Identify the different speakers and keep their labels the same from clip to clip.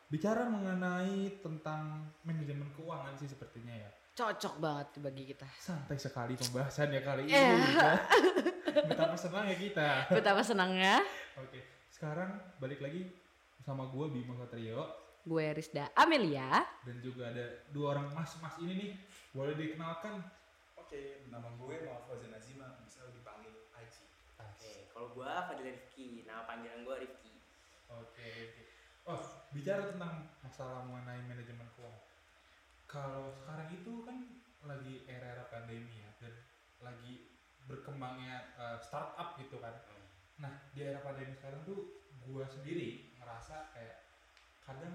Speaker 1: Bicara mengenai tentang manajemen keuangan sih sepertinya ya.
Speaker 2: Cocok banget bagi kita.
Speaker 1: Santai sekali pembahasannya kali ini.
Speaker 2: Eh.
Speaker 1: Ya. Betapa senang ya kita.
Speaker 2: Betapa senangnya.
Speaker 1: Oke, sekarang balik lagi sama gue Bimo Satrio.
Speaker 2: Gue Rizda Amelia.
Speaker 1: Dan juga ada dua orang mas-mas ini nih. Boleh dikenalkan?
Speaker 3: Oke, nama gue Muhammad Fauzan Azima, bisa dipanggil Aji.
Speaker 4: Oke, kalau gue Fadil Rifki, nama panggilan gue Rifki.
Speaker 1: Oke. Oh, bicara tentang masalah mengenai manajemen keuangan. Kalau sekarang itu kan lagi era-era pandemi ya, dan lagi berkembangnya startup gitu kan. Nah, di era pandemi sekarang tuh gue sendiri ngerasa kayak kadang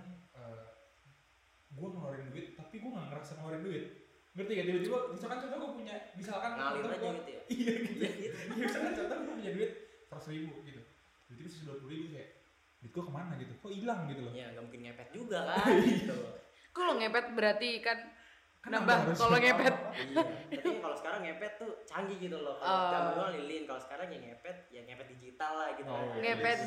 Speaker 1: gue ngeluarin duit, tapi gue nggak ngerasa ngeluarin duit. Ngerti gak? Tiba-tiba misalkan contoh gue punya, misalkan
Speaker 4: Ngalir
Speaker 1: contoh
Speaker 4: aja
Speaker 1: gua-
Speaker 4: gitu ya?
Speaker 1: Iya gitu. Misalkan contoh gue punya duit 100.000 gitu. Tiba-tiba 120.000 kayak duit gue kemana gitu? Kok hilang gitu loh?
Speaker 4: Ya nggak mungkin ngepet juga kan gitu.
Speaker 2: Kalau ngepet berarti kan
Speaker 1: Kan
Speaker 2: nambah
Speaker 1: harus
Speaker 2: kalau ngepet.
Speaker 4: Iya, tapi kalau sekarang ngepet tuh canggih gitu loh. Kalau zaman dulu lilin, kalau sekarang ya ngepet digital lah gitu.
Speaker 1: Oh,
Speaker 4: kan.
Speaker 2: Ngepet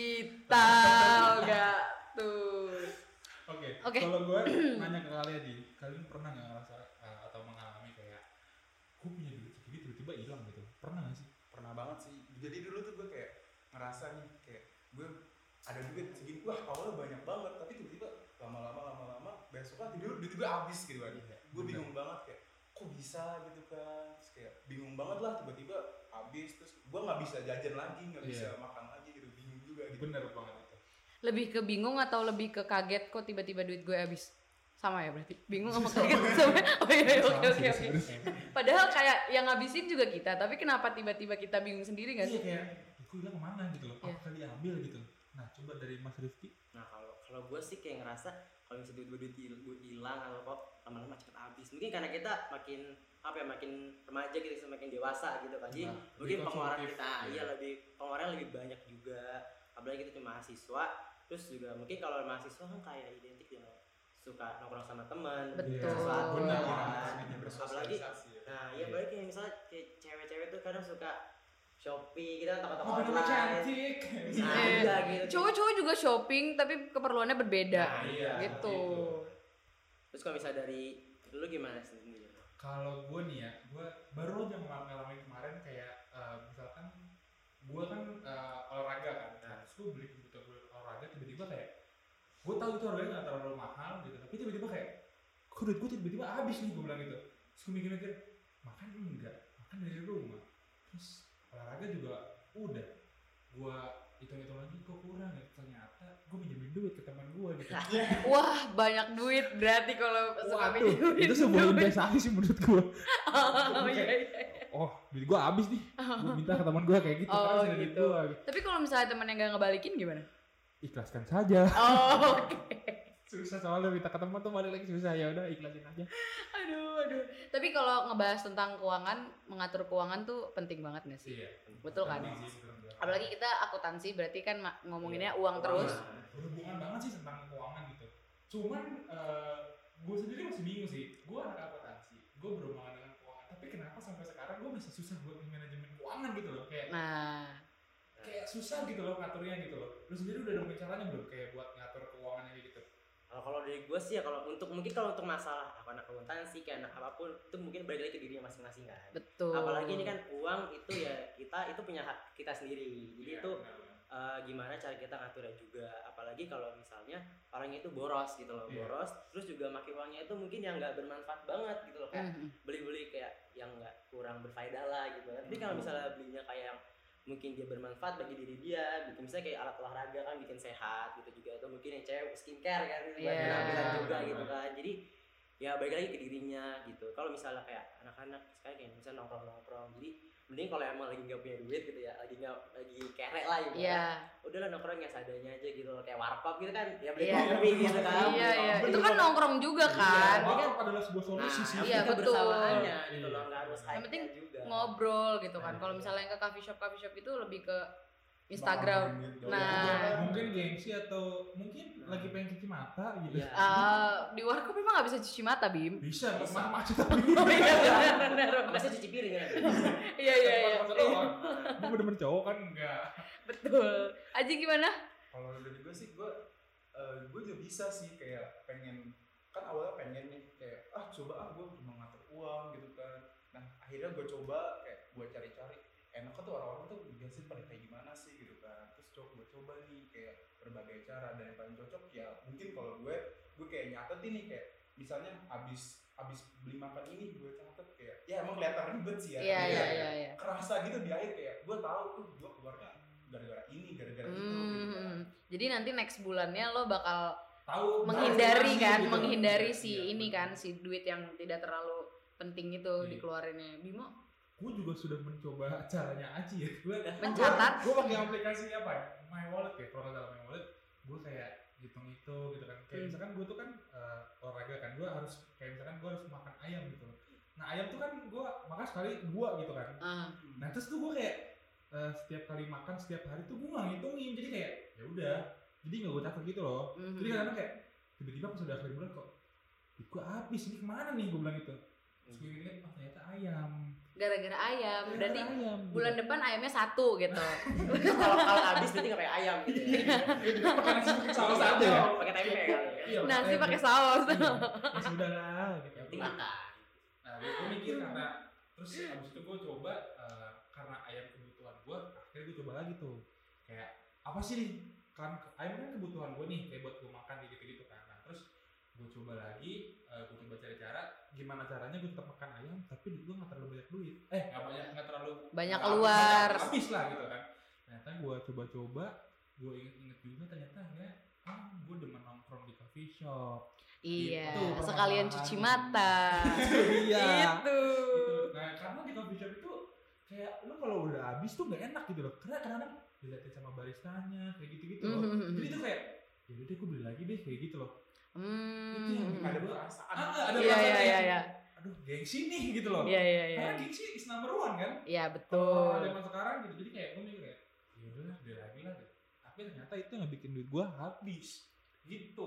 Speaker 2: digital gak tuh.
Speaker 1: Oke. Kalau gue nanya ke kalian nih, kalian pernah nggak ngerasa atau mengalami kayak gue punya duit segini tiba-tiba hilang gitu? Pernah nggak sih?
Speaker 3: Pernah banget sih. Jadi dulu tuh gue kayak ngerasa nih kayak gue ada duit segini, wah awalnya banyak banget, tapi tiba-tiba lama-lama besoknya duit gue habis gitu kan. Gue bingung banget kayak kok bisa gitu kan. Terus kayak bingung banget lah tiba-tiba habis, terus gue nggak bisa jajan lagi, nggak bisa makan lagi gitu, bingung juga gitu.
Speaker 1: Bener banget itu.
Speaker 2: Lebih ke bingung atau lebih ke kaget kok tiba-tiba duit gue habis? Sama ya berarti? Bingung sama kaget sama. Oh iya, oke. Padahal kayak yang ngabisin juga kita, tapi kenapa tiba-tiba kita bingung sendiri gak
Speaker 1: Iya
Speaker 2: sih?
Speaker 1: kayak gue hilang kemana gitu loh?
Speaker 2: Iya.
Speaker 1: Apakah diambil gitu? Nah coba dari Mas Rifki.
Speaker 4: Nah kalau gue sih kayak ngerasa kalau misalnya duit gue hilang atau kok lama-lama cepet habis. Mungkin karena kita makin remaja gitu, semakin dewasa gitu kan. Jadi
Speaker 1: Nah,
Speaker 4: mungkin
Speaker 1: lebih
Speaker 4: pengeluaran
Speaker 1: konsumtif,
Speaker 4: kita
Speaker 1: iya.
Speaker 4: pengeluaran lebih banyak juga. Apalagi kita cuma mahasiswa. Terus juga mungkin kalau mahasiswa kan kayak identik dengan suka nongkrong sama teman.
Speaker 2: Betul.
Speaker 4: Sesuatu
Speaker 1: Benar,
Speaker 4: kan.
Speaker 1: benar.
Speaker 4: Apalagi nah iya balik kayak misalnya kayak cewek-cewek tuh kadang suka shopping gitu kan, toko-toko
Speaker 1: Oh, bener
Speaker 4: online.
Speaker 1: cantik.
Speaker 4: Nah,
Speaker 2: Iya.
Speaker 4: iya gitu.
Speaker 2: Cowok-cowok juga shopping tapi keperluannya berbeda.
Speaker 1: Nah, iya,
Speaker 2: gitu.
Speaker 4: Terus kalau misalnya dari lu gimana sendiri?
Speaker 1: Kalau gue nih ya, gue baru aja ngalamin kemarin kayak misalkan gue kan olahraga kan, terus gue beli kebutuhan olahraga tiba-tiba kayak gue tahu itu harganya nggak terlalu mahal gitu, tapi tiba-tiba kayak kok duit gue tiba-tiba habis nih, gue bilang gitu. Terus gue mikir-mikir makan enggak, makan dari rumah, terus olahraga juga udah, gue hitung-hitung lagi kok kurang ya, ternyata gue minjemin duit ke teman gue gitu.
Speaker 2: Wah, banyak duit berarti kalau suka
Speaker 1: Waduh,
Speaker 2: minjem duit.
Speaker 1: itu sebuah investasi sih menurut gue.
Speaker 2: Oh iya.
Speaker 1: Oh, duit gue habis nih, gue minta ke teman gue kayak gitu.
Speaker 2: Oh,
Speaker 1: karena sudah duit
Speaker 2: gitu.
Speaker 1: gua, gitu.
Speaker 2: Tapi kalau misalnya temen yang gak ngebalikin gimana?
Speaker 1: Ikhlaskan saja.
Speaker 2: Oh, oke.
Speaker 1: Susah soalnya minta ke teman tuh balik lagi susah, ya udah ikhlasin aja.
Speaker 2: Aduh. Tapi kalau ngebahas tentang keuangan, mengatur keuangan tuh penting banget gak sih?
Speaker 1: Iya.
Speaker 2: Betul kan?
Speaker 1: Penting sih, bener-bener.
Speaker 2: Apalagi kita akuntansi berarti kan ngomonginnya uang terus.
Speaker 1: Berhubungan banget sih tentang keuangan gitu. Cuman gue sendiri masih bingung sih. Gue anak akuntansi, gue berhubungan dengan keuangan. Tapi kenapa sampai sekarang gue masih susah buat manajemen keuangan gitu loh? Kayak susah gitu loh ngaturnya gitu loh. Lu sendiri udah nemuin caranya belum kayak buat ngatur keuangannya kayak gitu?
Speaker 4: Kalau dari gue sih ya kalau untuk masalah apa anak akuntansi kayak anak apapun itu mungkin balik lagi ke dirinya masing-masing kan.
Speaker 2: Betul.
Speaker 4: Apalagi ini kan uang itu ya kita itu punya hak kita sendiri. Jadi
Speaker 1: Iya,
Speaker 4: itu
Speaker 1: benar-benar.
Speaker 4: gimana cara kita ngaturnya juga. Apalagi kalau misalnya orangnya itu boros gitu loh,
Speaker 1: Iya.
Speaker 4: boros terus juga makin uangnya itu mungkin yang nggak bermanfaat banget gitu loh, kayak beli-beli kayak yang nggak kurang berfaedah lah gitu. Tapi kalau misalnya belinya kayak yang mungkin dia bermanfaat bagi diri dia, bikin misalnya kayak alat olahraga kan bikin sehat gitu juga, atau mungkin yang cewek skincare kan buat
Speaker 2: Iya.
Speaker 4: penampilan juga gitu kan. Jadi ya balik lagi ke dirinya gitu. Kalau misalnya kayak anak-anak sekarang kayak misalnya nongkrong, jadi mending kalau emang lagi nggak punya duit gitu ya, lagi kere lah gitu.
Speaker 2: Iya.
Speaker 4: Udahlah nongkrong yang seadanya aja gitu loh, kayak warkop gitu kan, ya beli
Speaker 2: Iya.
Speaker 4: kopi gitu kan.
Speaker 2: Iya.
Speaker 4: Beli
Speaker 2: Itu kan
Speaker 4: kopi.
Speaker 2: nongkrong juga
Speaker 4: Iya,
Speaker 2: kan.
Speaker 4: ini kan
Speaker 1: adalah sebuah solusi
Speaker 4: Nah,
Speaker 1: sih.
Speaker 2: Iya,
Speaker 4: itu
Speaker 2: betul.
Speaker 4: kebersamaannya gitu loh, nggak harus
Speaker 2: Yang
Speaker 4: hype
Speaker 2: penting
Speaker 4: juga.
Speaker 2: ngobrol gitu kan. Kalau misalnya yang ke coffee shop itu lebih ke Instagram.
Speaker 1: Gitu.
Speaker 2: Nah.
Speaker 1: Mungkin gengsi atau mungkin lagi pengen cuci mata gitu.
Speaker 4: Iya.
Speaker 2: Di warkop memang nggak bisa cuci mata, Bim.
Speaker 1: Bisa,
Speaker 4: Bisa.
Speaker 1: mana macet tapi.
Speaker 2: Oh iya benar.
Speaker 4: Masa cuci piring kan?
Speaker 2: Iya.
Speaker 1: Gue bener-bener cowok kan enggak.
Speaker 2: Betul. Aji gimana?
Speaker 3: Kalau dari gue sih gue gue juga bisa sih kayak pengen, kan awalnya pengen nih kayak coba gue cuma ngatur uang gitu kan. Nah akhirnya gue coba kayak gue cari-cari enaknya tuh orang-orang tuh biasanya pada kayak gimana sih gitu kan. Terus coba nih kayak berbagai cara, dan yang paling cocok ya mungkin kalau gue kayak nyatetin nih kayak misalnya abis beli makan ini gue catet kayak ya emang kelihatan ribet sih ya.
Speaker 2: Iya.
Speaker 3: Kerasa gitu di akhir kayak gue tahu gue keluarnya gara-gara ini gara-gara itu gitu kan.
Speaker 2: Jadi nanti next bulannya lo bakal
Speaker 1: tahu
Speaker 2: menghindari kan,
Speaker 1: gitu.
Speaker 2: menghindari si
Speaker 1: Iya,
Speaker 2: ini
Speaker 1: betul.
Speaker 2: kan, si duit yang tidak terlalu penting itu
Speaker 1: Iya.
Speaker 2: dikeluarinnya. Bimo
Speaker 1: Gue juga sudah mencoba caranya Aci ya. Gue
Speaker 2: mencatat.
Speaker 1: gue pakai aplikasi apa ya? My Wallet ya. Kalau nggak salah My Wallet, gue kayak hitung-hitung gitu kan. Kayak misalkan gue tuh kan olahraga kan, gue harus kayak misalkan gue harus makan ayam gitu. Nah ayam tuh kan gue makan sekali 2 gitu kan. Nah terus tuh gue kayak setiap kali makan setiap hari tuh gue nggak ngitungin, jadi kayak ya udah, jadi nggak gue catat gitu loh. Jadi kadang-kadang kayak tiba-tiba pas udah akhir bulan kok gue habis, ini kemana nih gue bilang gitu. Terus gue ingat ternyata ayam.
Speaker 2: Gara-gara ayam. Berarti
Speaker 1: ayam,
Speaker 2: bulan depan ayamnya 1 gitu.
Speaker 4: Kalau habis berarti nggak kayak ayam gitu ya.
Speaker 1: pakai nasi pakai saus aja ya.
Speaker 4: Pakai tempe kali ya.
Speaker 1: Iya,
Speaker 2: Nasi pakai
Speaker 1: tempe.
Speaker 2: saus.
Speaker 1: Iya. Ya sudah lah gitu.
Speaker 4: Yang penting makan.
Speaker 1: Nah, gue mikir karena terus abis itu gue coba karena ayam kebutuhan gue, akhirnya gue coba lagi tuh kayak apa sih nih, kan ayam kan kebutuhan gue nih kayak buat gue makan gitu kan. Nah terus gue coba lagi, gue coba cari cara gimana caranya gue tetap makan ayam tapi gue nggak terlalu banyak duit, nggak terlalu
Speaker 2: Banyak
Speaker 1: nggak
Speaker 2: keluar.
Speaker 1: habis lah gitu kan. Ternyata gue coba-coba, gue inget-inget juga ternyata ya gue demen nongkrong di coffee shop.
Speaker 2: Iya,
Speaker 1: Gitu,
Speaker 2: sekalian
Speaker 1: permasalahan.
Speaker 2: cuci mata.
Speaker 1: Iya.
Speaker 2: Itu.
Speaker 1: Nah karena di coffee shop itu kayak lu kalau udah habis tuh nggak enak gitu loh, karena kadang-kadang dilihatin sama baristanya kayak gitu-gitu loh. Jadi tuh kayak ya udah deh gue beli lagi deh kayak gitu loh. Itu yang
Speaker 3: Ada
Speaker 1: gua-
Speaker 3: perasaan.
Speaker 1: ada
Speaker 2: Iya
Speaker 1: perasaan
Speaker 2: iya
Speaker 1: kayak,
Speaker 2: iya.
Speaker 1: aduh gengsi nih gitu loh.
Speaker 2: Iya iya iya.
Speaker 1: Karena gengsi is number one kan.
Speaker 2: Iya
Speaker 1: Kalau
Speaker 2: betul.
Speaker 1: zaman sekarang gitu, jadi kayak gue mikir kayak ya udahlah beli lagi lah gitu. Tapi ternyata itu yang bikin duit gue habis gitu.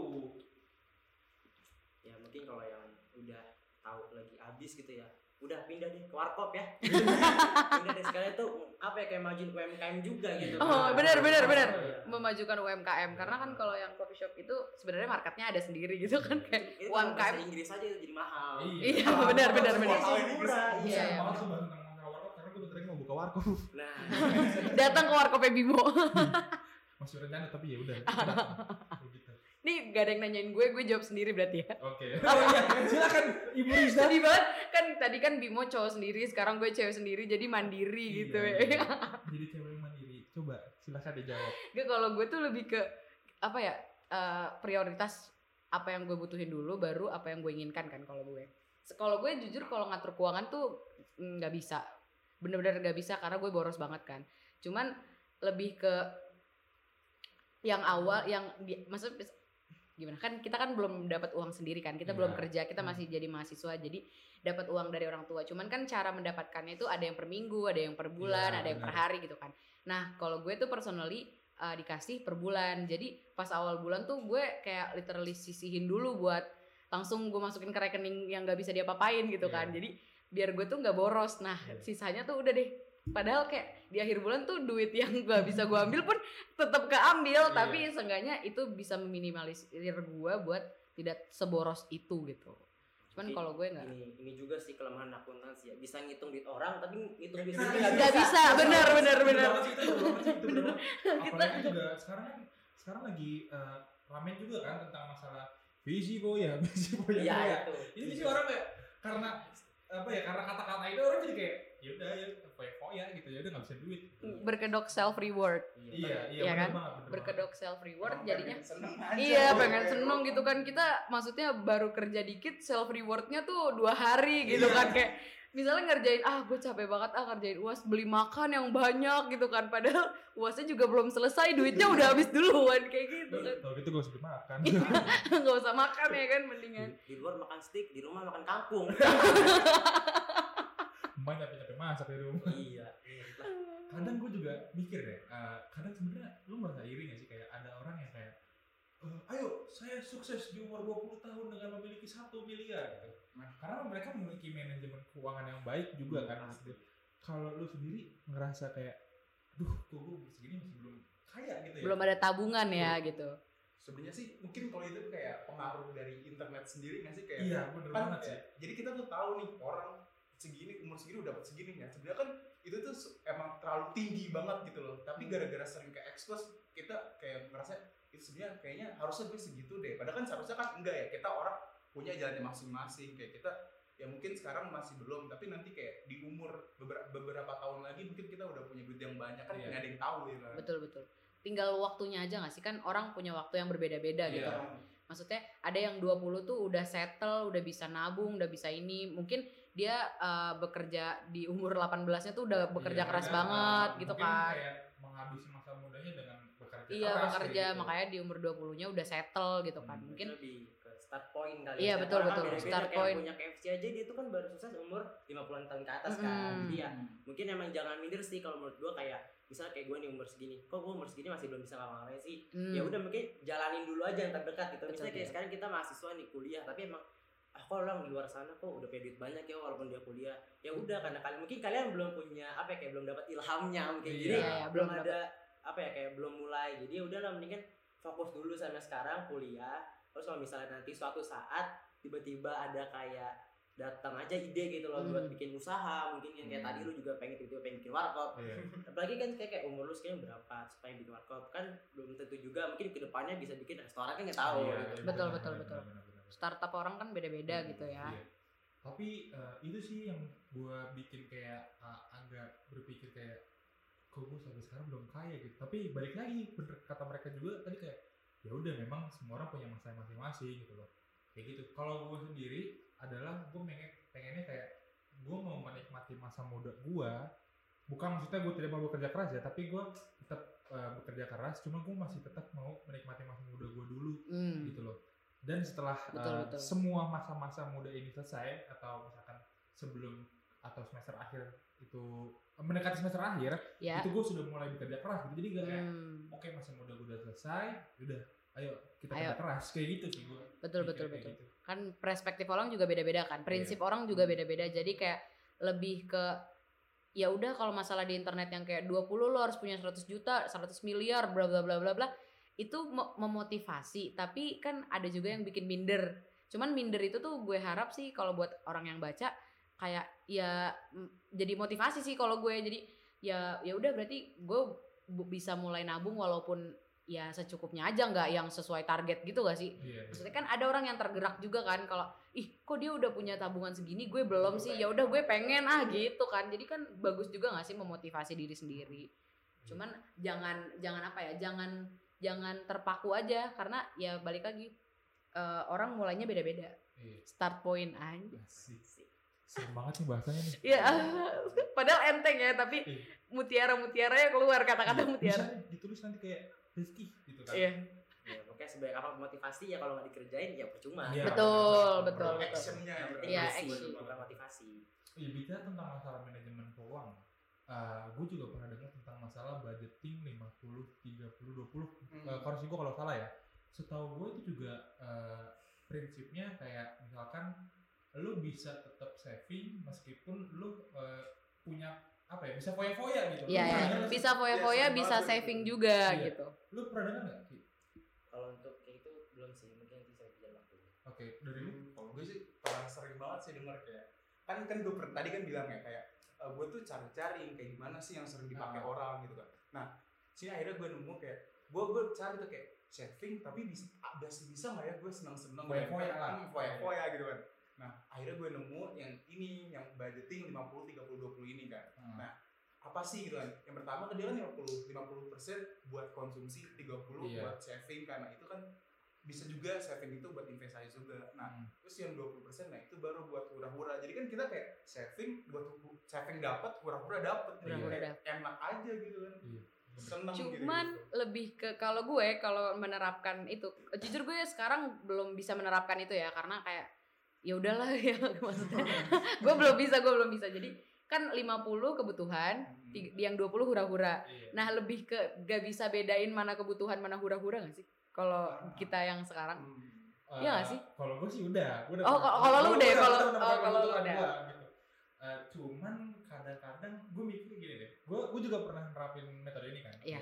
Speaker 4: Ya mungkin kalau yang udah tahu lagi habis gitu ya, udah pindah deh ke warkop ya. Pindah deh sekalian tuh apa ya, kayak majuin UMKM juga gitu.
Speaker 2: Oh, benar.
Speaker 4: Iya.
Speaker 2: Memajukan UMKM karena kan kalau yang coffee shop itu sebenarnya marketnya ada sendiri gitu kan kayak
Speaker 4: Itu kalau bahasa
Speaker 2: UMKM.
Speaker 4: Inggris aja jadi mahal.
Speaker 2: Iya, benar.
Speaker 3: Semua hal ini
Speaker 4: Murah.
Speaker 1: Iya,
Speaker 2: Iya, iya.
Speaker 1: malah tuh bahas tentang masalah warkop karena gue bentar lagi mau buka warkop.
Speaker 4: Nah,
Speaker 2: Datang ke warkopnya Bimo.
Speaker 1: Masih rencana tapi ya udah. Begitu.
Speaker 2: Nih gak ada yang nanyain gue jawab sendiri berarti ya.
Speaker 1: Oke. Oh iya, silakan Ibu Riza.
Speaker 2: Sedih banget kan, tadi kan Bimo cowok sendiri, sekarang gue cewek sendiri jadi mandiri gitu ya.
Speaker 1: Iya. Jadi cewek yang mandiri. Coba silakan dijawab.
Speaker 2: Gak, kalau gue tuh lebih ke apa ya, prioritas apa yang gue butuhin dulu baru apa yang gue inginkan kan kalau gue. Kalau gue jujur kalau ngatur keuangan tuh nggak bisa, bener-bener nggak bisa karena gue boros banget kan. Cuman lebih ke yang awal yang maksudnya gimana kan, kita kan belum dapat uang sendiri kan, kita
Speaker 1: Iya.
Speaker 2: belum kerja, kita masih jadi mahasiswa, jadi dapat uang dari orang tua. Cuman kan cara mendapatkannya itu ada yang per minggu, ada yang per bulan,
Speaker 1: Iya,
Speaker 2: ada yang per
Speaker 1: benar.
Speaker 2: hari gitu kan. Nah kalau gue tuh personally dikasih per bulan, jadi pas awal bulan tuh gue kayak literally sisihin dulu buat langsung gue masukin ke rekening yang nggak bisa diapa-apain gitu kan.
Speaker 1: Iya.
Speaker 2: Jadi biar gue tuh nggak boros. Nah
Speaker 1: Iya.
Speaker 2: sisanya tuh udah deh, padahal kayak di akhir bulan tuh duit yang gak bisa gue ambil pun tetap keambil.
Speaker 1: Iya.
Speaker 2: Tapi seenggaknya itu bisa meminimalisir gue buat tidak seboros itu gitu. Cuman
Speaker 4: Tapi
Speaker 2: kalau gue nggak.
Speaker 4: ini juga sih kelemahan akuntansi ya, bisa ngitung duit orang tapi ngitung duit
Speaker 1: Nah,
Speaker 4: sendiri
Speaker 1: iya.
Speaker 2: Nggak bisa, benar.
Speaker 1: Apalagi juga sekarang lagi ramen juga kan tentang masalah visi boya.
Speaker 4: Iya itu.
Speaker 1: Ini sih orang kayak karena apa ya, karena kata-kata itu orang jadi kayak ya udah ya foya gitu, ya udah nggak bisa duit.
Speaker 2: Berkedok self reward.
Speaker 1: Iya
Speaker 2: Iya kan?
Speaker 1: bener banget.
Speaker 2: Berkedok self reward
Speaker 3: Orang
Speaker 2: jadinya.
Speaker 3: pengen seneng aja.
Speaker 2: Iya pengen seneng gitu kan, kita maksudnya baru kerja dikit self rewardnya tuh 2 hari gitu
Speaker 1: Iya.
Speaker 2: kan, kayak misalnya ngerjain gue capek banget ngerjain UAS, beli makan yang banyak gitu kan, padahal UASnya juga belum selesai, duitnya udah habis duluan kayak gitu kan.
Speaker 1: Kalau gitu gue usah makan.
Speaker 2: Nggak usah makan ya kan, mendingan.
Speaker 4: Di luar makan steak, di rumah makan kangkung.
Speaker 1: Main capek-capek masak di rumah.
Speaker 4: Iya.
Speaker 1: Kadang gue juga mikir deh, kadang sebenarnya lu merasa iri gak sih kayak ada orang yang kayak ayo saya sukses di umur 20 tahun dengan memiliki 1 miliar gitu. Nah, karena mereka memiliki manajemen keuangan yang baik juga kan. Kalau lu sendiri ngerasa kayak, duh kok gue segini masih belum kaya gitu ya.
Speaker 2: Belum ada tabungan ya gitu.
Speaker 3: sebenarnya sih mungkin kalau itu kayak pengaruh dari internet sendiri nggak sih kayak
Speaker 1: Iya, bener
Speaker 3: kan
Speaker 1: banget sih.
Speaker 3: jadi kita tuh tahu nih orang segini umur segini udah dapat segini ya sebenarnya kan itu tuh emang terlalu tinggi banget gitu loh tapi gara-gara sering ke expose kita kayak merasa itu sebenarnya kayaknya harusnya gue segitu deh padahal kan seharusnya kan enggak ya kita orang punya jalannya masing-masing kayak kita ya mungkin sekarang masih belum tapi nanti kayak di umur beberapa tahun lagi mungkin kita udah punya duit yang banyak kan nggak ada yang tahu ya kan.
Speaker 2: Betul. Tinggal waktunya aja nggak sih kan orang punya waktu yang berbeda-beda gitu. Maksudnya ada yang 20 tuh udah settle, udah bisa nabung, udah bisa ini. Mungkin dia bekerja di umur 18-nya tuh udah bekerja keras banget gitu kan.
Speaker 1: Kayak menghabisi masa mudanya dengan bekerja
Speaker 2: Iya,
Speaker 1: keras.
Speaker 2: bekerja
Speaker 1: gitu.
Speaker 2: makanya di umur 20-nya udah settle gitu kan. Mungkin
Speaker 4: lebih ke start point kali.
Speaker 2: Iya,
Speaker 4: Setiap
Speaker 2: betul,
Speaker 4: orang kan
Speaker 2: betul.
Speaker 4: beda-beda,
Speaker 2: Start
Speaker 4: kayak
Speaker 2: point.
Speaker 4: punya KFC aja dia tuh kan baru sukses umur 50-an tahun ke atas kan. Jadi ya mungkin emang jangan minder sih kalau menurut gua kayak misalnya kayak gue nih umur segini, kok gue umur segini masih belum bisa ngapa-ngapain sih? Ya udah mungkin jalanin dulu aja yang terdekat gitu. Misalnya kayak sekarang kita mahasiswa nih kuliah, tapi emang kok orang di luar sana kok udah punya duit banyak ya walaupun dia kuliah. Ya udah karena kalian mungkin kalian belum punya apa ya kayak belum dapat ilhamnya mungkin. Jadi belum ada apa ya kayak belum mulai. Jadi ya udahlah mendingan fokus dulu sampai sekarang kuliah. Terus kalau misalnya nanti suatu saat tiba-tiba ada kayak datang aja ide gitu loh buat bikin usaha mungkin yang kayak tadi lu juga pengen bikin warkop apalagi kan kayak umur lu sekarang berapa supaya bikin warkop kan belum tentu juga mungkin kedepannya bisa bikin restoran kan nggak tahu gitu.
Speaker 2: Betul. Startup orang kan beda-beda gitu ya.
Speaker 1: Tapi itu sih yang gue bikin kayak agak berpikir kayak kok gue sampai sekarang belum kaya gitu. Tapi balik lagi bener kata mereka juga tadi kayak ya udah memang semua orang punya masa masing-masing gitu loh. Kayak gitu. Kalau gue sendiri adalah gue pengennya kayak gue mau menikmati masa muda gue, bukan maksudnya gue tidak mau bekerja keras ya, tapi gue tetap bekerja keras, cuma gue masih tetap mau menikmati masa muda gue dulu gitu loh. Dan setelah semua masa-masa muda ini selesai atau misalkan sebelum atau semester akhir itu mendekati semester akhir itu gue sudah mulai bekerja keras gitu, jadi kayak oke, masa muda gue udah selesai, udah ayo kita kerja keras kayak gitu sih gue. Betul.
Speaker 2: Gitu. Kan perspektif orang juga beda-beda kan, prinsip orang juga beda-beda, jadi kayak lebih ke ya udah kalau masalah di internet yang kayak 20 lo harus punya 100 juta, 100 miliar, bla bla bla bla bla, itu memotivasi, tapi kan ada juga yang bikin minder. Cuman minder itu tuh gue harap sih kalau buat orang yang baca kayak ya jadi motivasi sih kalau gue, jadi ya udah berarti gue bisa mulai nabung walaupun ya secukupnya aja, nggak yang sesuai target gitu gak sih? Maksudnya kan ada orang yang tergerak juga kan kalau kok dia udah punya tabungan segini gue belum sih, ya udah gue pengen gitu kan. Jadi kan bagus juga gak sih memotivasi diri sendiri. Cuman jangan apa ya, jangan terpaku aja karena ya balik lagi orang mulainya beda-beda. Start point aja.
Speaker 1: Seru banget nih bahasanya nih.
Speaker 2: Iya, padahal enteng ya, tapi mutiara-mutiaranya keluar kata-kata mutiara.
Speaker 1: Bisa ditulis nanti kayak rezeki gitu kan.
Speaker 2: Iya.
Speaker 4: Ya, pokoknya sebaik apa motivasi ya kalau nggak dikerjain ya percuma.
Speaker 1: Iya,
Speaker 2: betul.
Speaker 3: Actionnya
Speaker 2: Iya,
Speaker 4: action.
Speaker 2: action.
Speaker 4: Motivasi.
Speaker 1: Iya, bicara tentang masalah manajemen keuangan. Gue juga pernah dengar tentang masalah budgeting 50-30-20. Koreksi gue kalau salah ya. Setahu gue itu juga prinsipnya kayak misalkan lu bisa tetap saving meskipun lu punya apa ya, bisa foya-foya gitu.
Speaker 2: Iya, bisa foya-foya, bisa saving juga gitu.
Speaker 1: Lu pernah dengar nggak?
Speaker 4: Kalau untuk kayak itu belum sih, mungkin bisa berjalan waktu.
Speaker 1: Oke, dari lu?
Speaker 3: Kalau gue sih pernah sering banget sih denger kayak kan gue tadi kan bilang ya kayak gue tuh cari-cari kayak gimana sih yang sering dipakai orang gitu kan. Nah, sini akhirnya gue nemu kayak gue cari tuh kayak saving tapi bisa nggak ya gue senang-senang foya-foya gitu kan. Nah, akhirnya gue nemu yang ini, yang budgeting 50-30-20 ini kan. Nah, apa sih gitu kan? Yang pertama kan dia kan 50% buat konsumsi, 30 buat saving, karena itu kan bisa juga saving itu buat investasi juga. Nah, terus yang 20% nah itu baru buat hura-hura. Jadi kan kita kayak saving dapat, hura-hura dapat. Kayak enak aja gitu kan. Seneng gitu.
Speaker 2: Cuman lebih ke kalau menerapkan itu, jujur gue sekarang belum bisa menerapkan itu ya, karena kayak ya udahlah ya maksudnya gue belum bisa jadi kan 50 kebutuhan yang 20 hura-hura. Nah lebih ke gak bisa bedain mana kebutuhan mana hura-hura gak sih kalau kita yang sekarang? Iya gak sih?
Speaker 1: Kalau gue sih udah
Speaker 2: kalau lu udah kalau lu udah
Speaker 1: gitu. Cuman kadang-kadang gue mikir gini deh, gue juga pernah nerapin metode ini kan.
Speaker 2: Iya.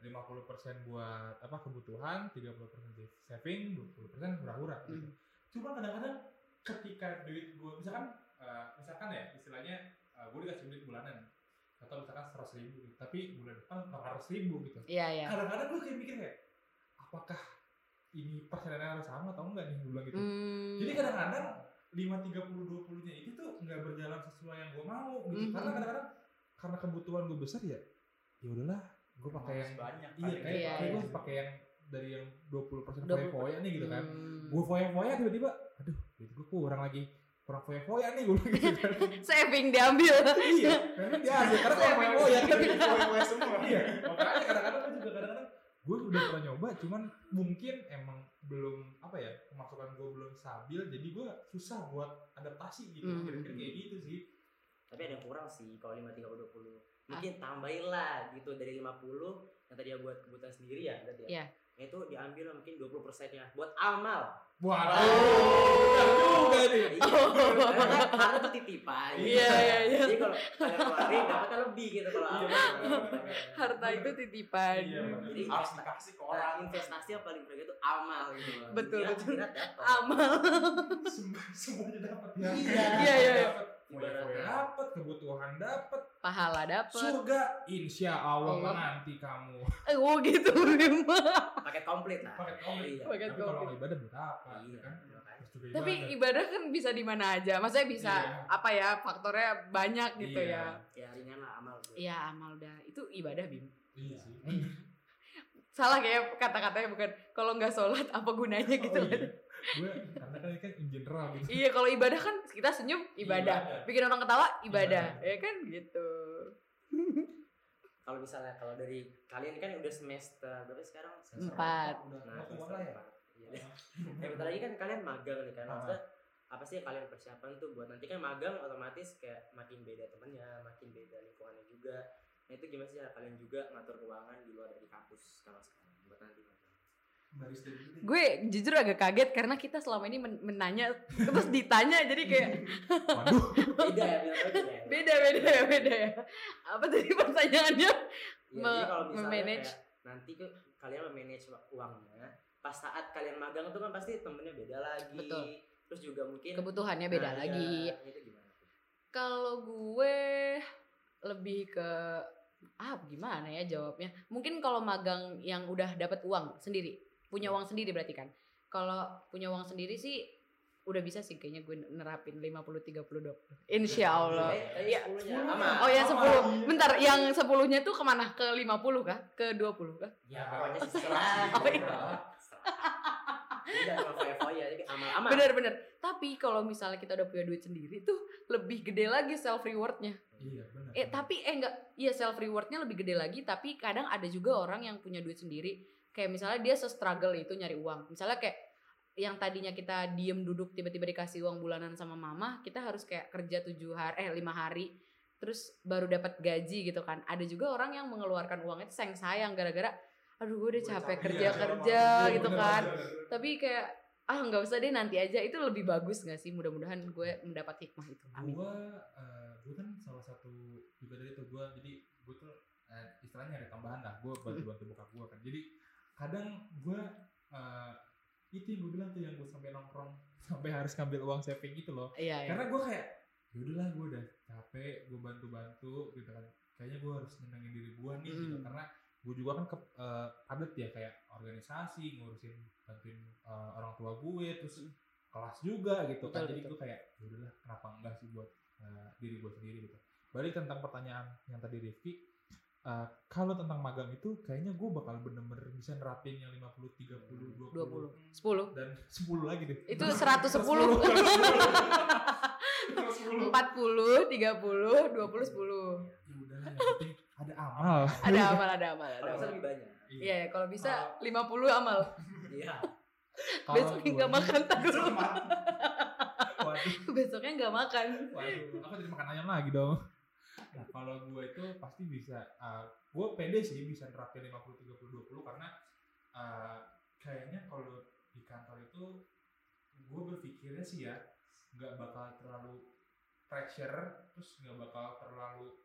Speaker 1: 50% buat kebutuhan, 30% saving, 20% hura-hura gitu. Cuma kadang-kadang ketika duit gue misalkan ya istilahnya gue dikasih duit bulanan atau misalkan 100.000 gitu, tapi bulan depan 400.000 gitu.
Speaker 2: Iya.
Speaker 1: Kadang-kadang gue kayak mikir kayak apakah ini persenannya harus sama atau enggak nih, gue bilang gitu. Jadi kadang-kadang 5-30-20-nya itu tuh nggak berjalan sesuai yang gue mau gitu. Karena kadang-kadang karena kebutuhan gue besar ya udahlah gue pakai yang
Speaker 3: banyak.
Speaker 1: kayak gue pakai yang dari yang 20% foya-foya nih gitu kan. Gue foya-foya tiba-tiba aduh duit gue kurang foya-foya nih gue gitu kan.
Speaker 2: Saving diambil.
Speaker 1: Iya, memang diambil karena foya-foya kan
Speaker 3: Foya semua.
Speaker 1: Iya, makanya kadang-kadang gue udah pernah nyoba, cuman mungkin emang belum pemasukan gue belum stabil, jadi gue susah buat adaptasi gitu. Kira-kira kayak gitu sih.
Speaker 4: Tapi ada yang kurang sih kalau 5-30-20. Mungkin tambahin lah gitu dari 50 yang tadi buat kebutuhan sendiri ya berarti ya.
Speaker 2: Iya.
Speaker 4: Nah, itu diambil mungkin 20%-nya buat amal.
Speaker 1: Wah, benar juga nih.
Speaker 4: Karena itu titipan.
Speaker 2: Iya.
Speaker 4: Jadi kalau kalian keluarin dapatnya lebih gitu kalau amal.
Speaker 2: Harta itu titipan.
Speaker 1: Iya,
Speaker 4: Jadi
Speaker 3: Harus dikasih ke orang.
Speaker 4: investasi yang paling berharga itu amal gitu.
Speaker 2: Betul.
Speaker 4: Kira-kira dapat.
Speaker 2: Amal.
Speaker 1: Semuanya dapat ya.
Speaker 2: Iya.
Speaker 1: Foya-foya dapat, kebutuhan dapat,
Speaker 2: Pahala dapet.
Speaker 1: surga insya Allah menanti kamu.
Speaker 2: Oh gitu memang.
Speaker 4: Paket komplit lah.
Speaker 1: Paket komplit.
Speaker 4: Iya.
Speaker 2: Paket
Speaker 1: Tapi kalau
Speaker 2: komplit.
Speaker 1: ibadah buat apa?
Speaker 4: Iya,
Speaker 1: Kan?
Speaker 4: makanya.
Speaker 1: Terus juga
Speaker 2: Tapi ibadah kan bisa di mana aja. Maksudnya bisa faktornya banyak gitu
Speaker 1: Iya.
Speaker 2: ya.
Speaker 4: Ya ringan lah amal.
Speaker 2: Iya, amal udah. Itu ibadah, Bim.
Speaker 1: Iya sih.
Speaker 2: Salah kayak kata-katanya bukan kalau nggak sholat apa gunanya gitu.
Speaker 1: Gue karena kan in general gitu.
Speaker 2: Iya, kalau ibadah kan kita senyum ibadah. Bikin orang ketawa ibadah. Ya kan gitu.
Speaker 4: Kalau misalnya kalau dari kalian kan udah semester berapa sekarang?
Speaker 2: Semester 4.
Speaker 4: Nah,
Speaker 1: Waktu
Speaker 4: semester
Speaker 1: mana ya?
Speaker 4: 4. Iya. Bentar lagi kan kalian magang nih kan. Maksudnya apa sih yang kalian persiapan tuh buat nanti kan magang otomatis kayak makin beda temennya, makin beda lingkungannya juga. Nah itu gimana sih cara kalian juga ngatur keuangan di luar dari kampus kalau sekarang buat nanti magang?
Speaker 2: Gue jujur agak kaget karena kita selama ini menanya terus ditanya jadi kayak
Speaker 1: Waduh.
Speaker 4: Beda ya bilang aja ya.
Speaker 2: beda ya. Apa tadi pertanyaannya?
Speaker 4: Ya, jadi kalau misalnya
Speaker 2: memanage.
Speaker 4: kayak nanti tuh kalian memanage uangnya pas saat kalian magang tuh kan pasti temennya beda lagi.
Speaker 2: Betul.
Speaker 4: Terus juga mungkin
Speaker 2: Kebutuhannya beda
Speaker 4: nah,
Speaker 2: lagi.
Speaker 4: Ya, itu gimana tuh?
Speaker 2: Kalau gue lebih ke gimana ya jawabnya? Mungkin kalau magang yang udah dapat uang sendiri, punya uang sendiri berarti kan. Kalau punya uang sendiri sih udah bisa sih kayaknya gue nerapin 50-30-20. Insya Allah.
Speaker 4: Iya, 10-nya aman.
Speaker 2: Oh ya 10. Bentar, yang 10-nya tuh kemana? Ke 50 kah? Ke 20 kah?
Speaker 4: Ya pokoknya sih serah.
Speaker 2: Oh, iya.
Speaker 4: Udah cuma foya-foya jadi aman-aman.
Speaker 2: Bener. Tapi kalau misalnya kita udah punya duit sendiri tuh lebih gede lagi self rewardnya.
Speaker 1: Iya benar.
Speaker 2: Enggak. Iya self rewardnya lebih gede lagi. Tapi kadang ada juga orang yang punya duit sendiri. Kayak misalnya dia se-struggle itu nyari uang. Misalnya kayak yang tadinya kita diem duduk tiba-tiba dikasih uang bulanan sama mama, kita harus kayak kerja 5 hari terus baru dapat gaji gitu kan. Ada juga orang yang mengeluarkan uang itu sayang gara-gara aduh gue udah capek kerja gitu kan. Tapi kayak nggak usah deh nanti aja, itu lebih bagus nggak sih? Mudah-mudahan gue mendapat hikmah itu. Amin.
Speaker 1: Gue kan salah satu juga dari itu jadi gue tuh istilahnya ada tambahan lah, gue bantu bokap gue kan. Jadi kadang gue itu yang gue bilang tuh yang gue sampai nongkrong sampai harus ngambil uang saving gitu loh.
Speaker 2: Iya.
Speaker 1: Karena gue kayak yaudahlah gue udah capek gue bantu gitu kan, kayaknya gue harus nyenengin diri gue nih gitu. Karena gue juga kan padat ya kayak organisasi, ngurusin bantuin orang tua gue, terus kelas juga gitu kan. Jadi gue kayak yaudahlah kenapa enggak sih buat diri gue sendiri gitu. Balik tentang pertanyaan yang tadi Rifki, kalau tentang magang itu kayaknya gue bakal bener-bener bisa nerapin yang 50, 30, 20
Speaker 2: 10
Speaker 1: dan 10 lagi deh.
Speaker 2: itu 110 40, 30, 20, 10
Speaker 1: Ya udah yang penting ada amal.
Speaker 2: ada amal
Speaker 4: Kalau bisa lebih banyak.
Speaker 2: Iya kalau bisa 50 amal.
Speaker 4: Iya.
Speaker 2: Besoknya nggak makan dulu.
Speaker 1: Waduh,
Speaker 2: Besoknya nggak makan.
Speaker 1: aku jadi makan ayam lagi dong. Nah kalau gue itu pasti bisa, gue pede sih bisa nerapin 50, 30, 20 karena kayaknya kalau di kantor itu gue berpikirnya sih ya nggak bakal terlalu pressure, terus nggak bakal terlalu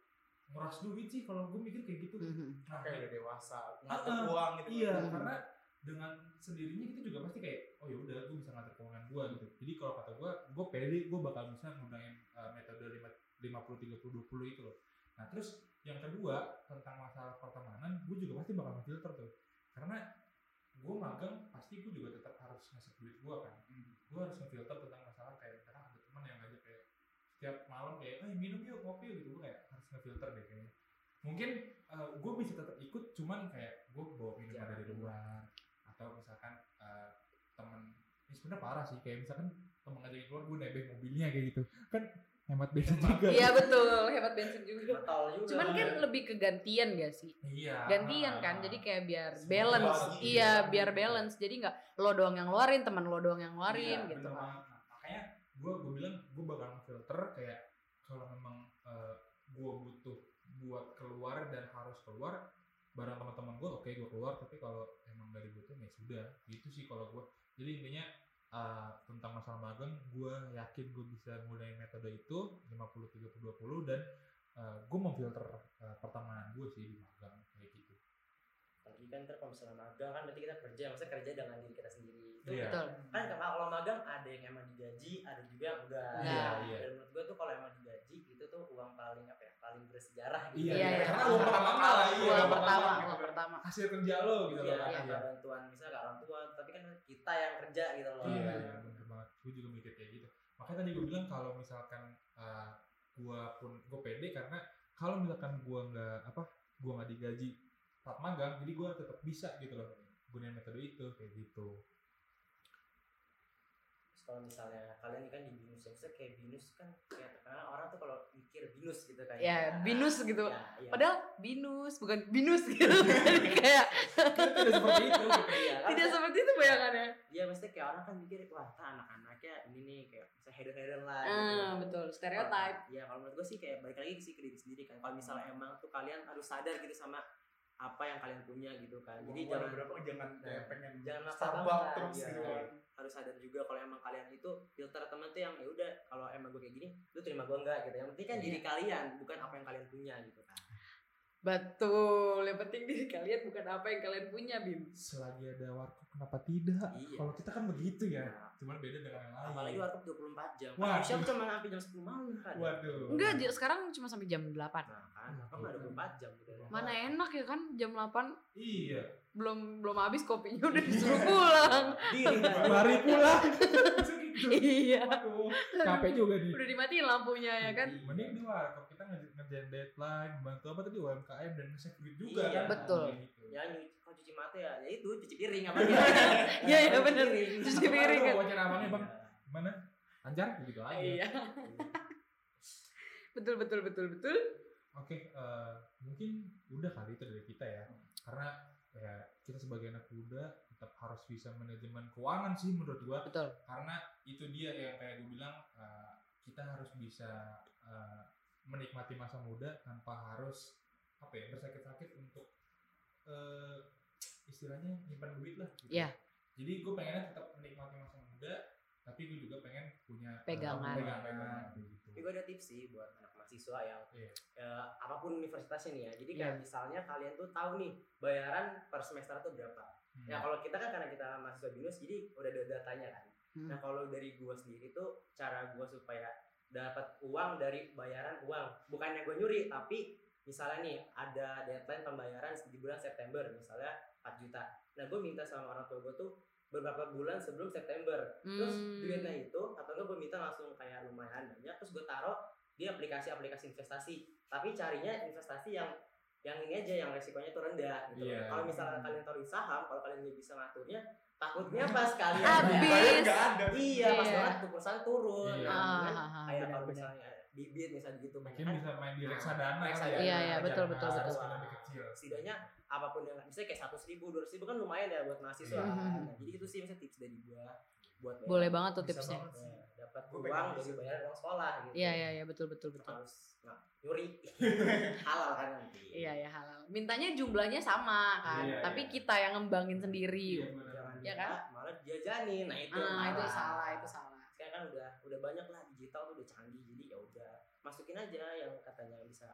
Speaker 1: nguras duit sih kalau gue mikir kayak gitu. Nah,
Speaker 3: Kayak udah dewasa, ngatur uang gitu.
Speaker 1: Iya, karena dengan sendirinya kita juga pasti kayak oh ya udah gue bisa ngatur keuangan gue gitu. Jadi kalau kata gue pede gue bakal bisa nggunain metode 50-30-20 itu loh. Nah terus yang kedua tentang masalah pertemanan, gue juga pasti bakal ngefilter tuh. Karena gue magang pasti gue juga tetap harus ngasih duit gue kan. Gue harus ngefilter tentang masalah kayak misalkan ada teman yang ngajak kayak setiap malam kayak minum yuk kopi yuk gitu, gue kayak harus ngefilter deh kayaknya. Mungkin gue bisa tetap ikut, cuman kayak gue bawa minuman dari luar atau misalkan temen ini sebenarnya parah sih kayak misalkan temen ngajakin keluar gue nebeng mobilnya kayak gitu kan hemat bensin juga.
Speaker 2: Iya betul, hemat bensin juga.
Speaker 4: Betul juga.
Speaker 2: Cuman kan lebih ke gantian gak sih?
Speaker 1: Iya.
Speaker 2: Gantian kan, jadi kayak biar
Speaker 1: Semua
Speaker 2: balance.
Speaker 1: lagi,
Speaker 2: Iya,
Speaker 1: ya.
Speaker 2: biar balance. Jadi nggak lo doang yang ngeluarin, teman lo doang yang ngeluarin
Speaker 1: Iya,
Speaker 2: gitu
Speaker 1: bener
Speaker 2: kan.
Speaker 1: banget. Nah, makanya gue bilang gue bakal filter kayak kalau memang gue butuh buat keluar dan harus keluar bareng teman-teman gue, oke gue keluar, tapi kalau emang gak dibutuhin ya sudah gitu sih kalau gue. Jadi intinya tentang masalah magang gue yakin gue bisa mulai metode itu 50-30-20 dan gue memfilter pertemanan gue sih di magang kayak gitu.
Speaker 4: Apalagi kan ntar kalau misalnya magang kan berarti kita kerja, maksudnya kerja dengan diri kita sendiri. Itu
Speaker 1: Iya.
Speaker 2: Betul.
Speaker 4: kan kalau magang ada yang emang digaji, ada juga yang enggak.
Speaker 2: Iya,
Speaker 1: iya.
Speaker 4: Dan menurut gue tuh kalau emang digaji itu tuh uang paling apa ya, paling bersejarah gitu.
Speaker 1: Iya,
Speaker 2: Iya, iya.
Speaker 1: karena uang pertama lah, iya.
Speaker 2: Uang pertama,
Speaker 1: gitu.
Speaker 2: uang pertama.
Speaker 1: Hasil kerja lo gitu
Speaker 4: Iya,
Speaker 1: loh kan.
Speaker 4: iya,
Speaker 1: Iya.
Speaker 4: bantuan misalnya ke orang tua, tapi kan kita yang kerja gitu loh.
Speaker 1: Iya, bener banget. Gue juga mikir kayak gitu. Makanya tadi gue bilang kalau misalkan gue pede karena kalau misalkan gue nggak digaji saat magang, jadi gue tetap bisa gitu loh gunain metode itu kayak gitu.
Speaker 4: Terus kalau misalnya kalian ini kan di binus ya, maksudnya kayak binus kan kayak terkenal orang tuh kalau mikir binus gitu kayak.
Speaker 2: Ya, binus gitu.
Speaker 4: Ya, iya.
Speaker 2: Padahal binus, bukan binus gitu. Jadi kayak
Speaker 1: Tidak seperti itu. Gitu.
Speaker 4: Iya, kan,
Speaker 2: tidak seperti itu bayangannya.
Speaker 4: Iya, maksudnya kayak orang kan mikir wah, anak-anaknya ini nih kayak misalnya hedon-hedon lah.
Speaker 2: Betul, stereotype.
Speaker 4: Iya, kalau menurut gue sih kayak balik lagi sih ke diri sendiri kan. Kalau misalnya emang tuh kalian harus sadar gitu sama apa yang kalian punya gitu kan. Jadi jangan
Speaker 3: jangan kayak pengen
Speaker 4: jangan maksa
Speaker 3: Starbucks
Speaker 4: banget,
Speaker 3: terus
Speaker 4: iya.
Speaker 3: gitu kan.
Speaker 4: Harus sadar juga kalau emang kalian itu filter teman tuh yang ya udah kalau emang gue kayak gini lu terima gue enggak gitu. Yang penting kan diri kalian bukan apa yang kalian punya gitu kan.
Speaker 2: Betul, yang penting diri kalian bukan apa yang kalian punya, Bim.
Speaker 1: Selagi ada warkop kenapa tidak?
Speaker 4: Iya.
Speaker 1: Kalau kita kan begitu ya.
Speaker 4: Nah,
Speaker 1: Cuman beda dengan yang lain.
Speaker 4: apalagi warkop 24 jam.
Speaker 1: Wah.
Speaker 4: Siapa cuma sampai jam 10 malam kan.
Speaker 1: Waduh.
Speaker 2: Enggak, sekarang cuma sampai jam 8.
Speaker 4: Nah, kan warkop ada 24 jam gitu.
Speaker 2: Mana enak ya kan jam 8
Speaker 1: Iya.
Speaker 2: belum habis kopinya udah disuruh pulang.
Speaker 4: Diri kan.
Speaker 1: Mari pulang. Segitu.
Speaker 2: Iya.
Speaker 1: Waduh. Capek juga nih.
Speaker 2: Udah dimatiin lampunya ya kan.
Speaker 1: Mending di warkop kita ngerjain deadline, bantu apa tadi UMKM dan nge-save duit juga
Speaker 4: Iya,
Speaker 1: kan.
Speaker 2: betul.
Speaker 1: Kayak gitu.
Speaker 4: Ya kalau cuci mata ya itu cuci piring apa
Speaker 2: Iya, iya bener. Cuci piring kan.
Speaker 1: Aduh, wajah abangnya bang. Gimana? Lancar? Gitu aja.
Speaker 2: Iya. betul.
Speaker 1: Oke, mungkin udah kali itu dari kita ya. Karena ya kita sebagai anak muda tetap harus bisa manajemen keuangan sih menurut gua.
Speaker 2: Betul.
Speaker 1: Karena itu dia yang kayak gue bilang kita harus bisa menikmati masa muda tanpa harus bersakit-sakit untuk istilahnya nyimpan duit lah gitu.
Speaker 2: Iya.
Speaker 1: Jadi gue pengennya tetap menikmati masa muda, tapi gue juga pengen punya
Speaker 2: Pegangan.
Speaker 1: pegangan gitu.
Speaker 4: Tapi gue ada tips sih buat anak mahasiswa yang
Speaker 1: Iya.
Speaker 4: apapun universitasnya nih ya. Jadi
Speaker 2: Iya.
Speaker 4: kayak misalnya kalian tuh tahu nih bayaran per semester tuh berapa. Ya kalau kita kan karena kita mahasiswa binus jadi udah ada datanya kan. Nah kalau dari gue sendiri tuh cara gue supaya dapat uang dari bayaran uang. Bukannya gue nyuri tapi misalnya nih ada deadline pembayaran di bulan September misalnya 4 juta. Nah gue minta sama orang tua gue tuh beberapa bulan sebelum September. Terus duitnya itu atau enggak gue minta langsung kayak lumayan banyak terus gue taruh di aplikasi-aplikasi investasi. Tapi carinya investasi yang ini aja yang resikonya tuh rendah gitu.
Speaker 1: Iya.
Speaker 4: Kalau misalnya kalian taruh di saham, kalau kalian nggak bisa ngaturnya, takutnya pas kalian
Speaker 2: Habis.
Speaker 3: Nggak ada.
Speaker 4: iya pas
Speaker 2: Iya.
Speaker 4: banget tuh perusahaan turun.
Speaker 1: Iya.
Speaker 4: Nah, kan kayak kalau
Speaker 2: benar-benar.
Speaker 4: misalnya bibit misalnya gitu
Speaker 1: Mungkin
Speaker 4: kan
Speaker 1: bisa main di reksadana.
Speaker 4: reksadana.
Speaker 1: kali ya.
Speaker 2: Iya, betul, betul,
Speaker 1: Jangan
Speaker 2: betul.
Speaker 1: harus lebih kecil.
Speaker 4: setidaknya apapun yang misalnya kayak 100.000, 200.000 kan lumayan ya buat mahasiswa.
Speaker 1: Iya.
Speaker 4: Nah, jadi itu sih misalnya tips dari gua buat
Speaker 2: Boleh banget tuh
Speaker 1: Bisa
Speaker 2: tipsnya.
Speaker 1: banget sih.
Speaker 4: dapat
Speaker 3: Gua
Speaker 4: uang
Speaker 3: pengen
Speaker 4: dari
Speaker 3: bisa.
Speaker 4: bayaran uang sekolah gitu.
Speaker 2: Iya, betul.
Speaker 4: Harus nggak nyuri halal kan nanti.
Speaker 2: Iya, halal. Mintanya jumlahnya sama kan,
Speaker 1: Iya,
Speaker 2: tapi
Speaker 1: iya.
Speaker 2: kita yang ngembangin sendiri.
Speaker 1: Iya, benar.
Speaker 4: Jangan
Speaker 2: Iya
Speaker 4: minta,
Speaker 2: kan?
Speaker 4: malah dijajanin. Nah itu
Speaker 2: Itu
Speaker 4: malah.
Speaker 2: salah, itu salah.
Speaker 4: Sekarang kan udah banyak lah digital tuh udah canggih jadi ya udah masukin aja yang katanya bisa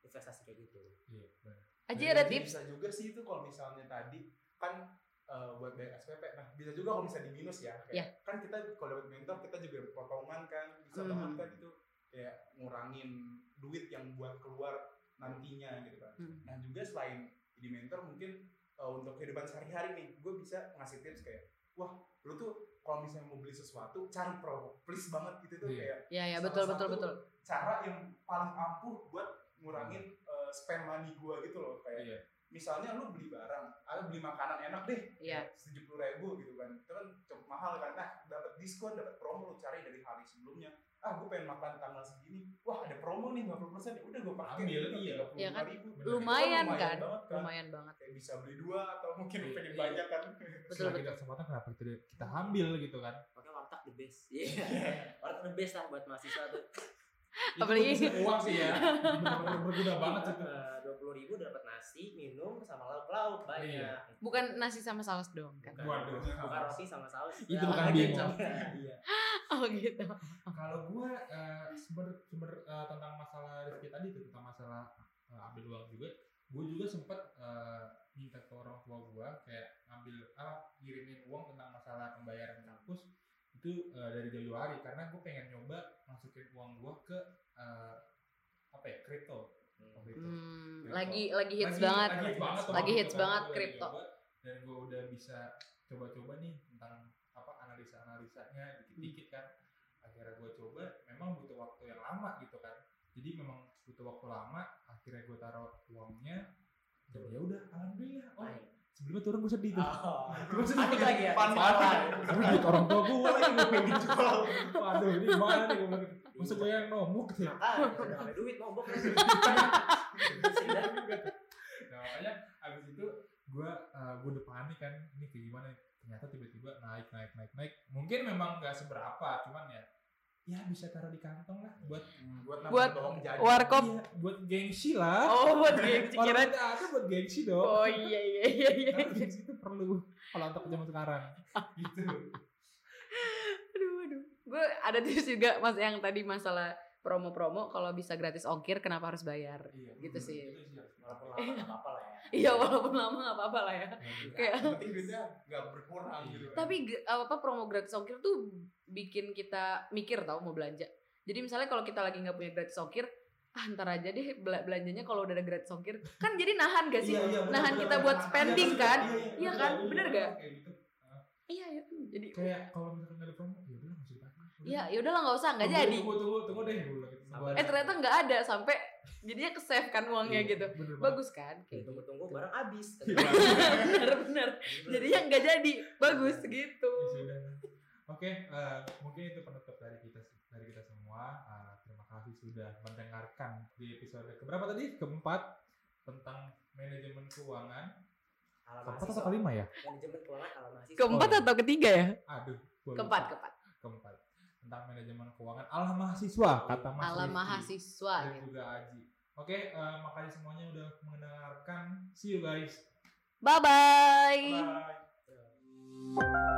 Speaker 4: investasi kayak gitu.
Speaker 1: Iya, benar.
Speaker 2: Aji ada
Speaker 3: Jadi
Speaker 2: tips?
Speaker 3: bisa juga sih itu kalau misalnya tadi kan buat bayar SPP. Nah, bisa juga kalau bisa di minus ya. Kayak, kan kita kalau dapat mentor kita juga dapat potongan kan. Bisa banget kan itu kayak ngurangin duit yang buat keluar nantinya gitu kan. Nah, juga selain di mentor mungkin untuk kehidupan sehari-hari nih, gue bisa ngasih tips kayak, wah, lu tuh kalau misalnya mau beli sesuatu cari promo, please banget gitu tuh kayak.
Speaker 2: Iya,
Speaker 3: salah
Speaker 2: betul.
Speaker 3: satu cara yang paling ampuh buat ngurangin spend money gue gitu loh kayak misalnya lu beli barang atau beli makanan enak deh 70.000 gitu kan, itu kan cukup mahal kan, nah dapat diskon dapat promo lu cari dari hari sebelumnya, gue pengen makan tanggal segini, wah ada promo nih 50%, ya udah gue pakai
Speaker 1: Ambil,
Speaker 3: iya
Speaker 2: Iya kan?
Speaker 3: 35.000
Speaker 2: Lumayan kan?
Speaker 3: banget kan,
Speaker 2: Lumayan banget.
Speaker 3: kayak bisa beli 2 atau mungkin pengen banyak kan.
Speaker 2: Betul.
Speaker 1: Kita kesempatan kenapa kita ambil gitu kan?
Speaker 4: Makanya warteg the best. Warteg the best lah buat mahasiswa tuh.
Speaker 2: Apalagi
Speaker 1: itu uang sih ya, benar-benar berguna banget sih itu.
Speaker 4: 20.000 dapat nasi, minum sama lauk banyak.
Speaker 2: bukan nasi sama saus dong kan?
Speaker 1: Waduh.
Speaker 4: Bukan roti sama saus.
Speaker 1: Itu bukan bingung.
Speaker 4: Iya.
Speaker 2: Oh gitu.
Speaker 1: Kalau gue sumber tentang masalah Rizky tadi itu tentang masalah ambil uang juga, gue juga sempat minta ke orang tua gue kayak ngirimin uang tentang masalah pembayaran kampus itu dari Januari karena gue pengen nyoba masukin uang gue ke kripto.
Speaker 2: Lagi hits banget. Lagi hits banget kripto.
Speaker 1: Dan gue udah bisa coba-coba nih tentang analisa-analisanya dikit-dikit kan. Akhirnya gue coba, memang butuh waktu yang lama gitu kan. Jadi memang butuh waktu lama. Akhirnya gue taruh uangnya. Dan ya udah, alhamdulillah. Sebelumnya tuh orang gue sedih tuh. Gue sedih
Speaker 4: lagi ya.
Speaker 1: Panik orang tua gue lagi gue pengen dijual. Waduh, ini gimana nih gue? Maksud gue yang nombok gitu ya.
Speaker 4: Udah ada duit nombok.
Speaker 1: Nah makanya abis itu gue udah panik kan, ini kayak gimana? Ternyata tiba-tiba naik. Mungkin memang nggak seberapa, cuman ya bisa taruh di kantong lah buat
Speaker 3: bawang jajan.
Speaker 2: Warkop.
Speaker 1: Iya, buat gengsi lah.
Speaker 2: Oh, buat gengsi
Speaker 1: Kalau
Speaker 2: kira.
Speaker 1: ada buat gengsi dong.
Speaker 2: Oh iya.
Speaker 1: Karena gengsi itu perlu kalau untuk zaman sekarang. Gitu.
Speaker 2: Aduh. Gue ada tips juga Mas yang tadi masalah promo-promo kalau bisa gratis ongkir kenapa harus bayar?
Speaker 1: Iya,
Speaker 2: Gitu sih.
Speaker 4: Walaupun lama nggak apa-apa lah ya.
Speaker 2: Iya, walaupun lama enggak apa-apa lah ya. Kayak
Speaker 3: penting duitnya nggak berkurang gitu kan.
Speaker 2: tapi promo gratis ongkir tuh bikin kita mikir tau mau belanja. Jadi misalnya kalau kita lagi nggak punya gratis ongkir, ntar aja deh belanjanya kalau udah ada gratis ongkir. Kan jadi nahan gak sih? Nahan kita buat spending kan? Iya kan? Bener gak? Iya. Jadi
Speaker 1: kayak kalau misalkan nggak ada promo, ya udah nggak usah dipakai.
Speaker 2: ya udahlah nggak usah, nggak jadi.
Speaker 1: Tunggu deh.
Speaker 2: Ternyata nggak ada sampai jadinya ke-save kan uangnya gitu. Bagus kan? Kayak
Speaker 4: Tunggu barang habis.
Speaker 2: bener. Jadinya nggak jadi. Bagus gitu.
Speaker 1: Oke, mungkin itu penutup dari kita semua. Terima kasih sudah mendengarkan di episode keberapa tadi? Keempat tentang manajemen keuangan. Keempat atau kelima ya?
Speaker 4: Manajemen keuangan ala mahasiswa.
Speaker 2: Keempat atau ketiga ya?
Speaker 1: Aduh,
Speaker 2: Keempat.
Speaker 1: Tentang manajemen keuangan ala mahasiswa, kata Mas
Speaker 2: Ala
Speaker 1: Rifki
Speaker 2: mahasiswa
Speaker 1: dan
Speaker 2: gitu.
Speaker 1: juga Aji. Oke, makasih semuanya udah mendengarkan. See you guys.
Speaker 2: Bye bye.
Speaker 1: Bye.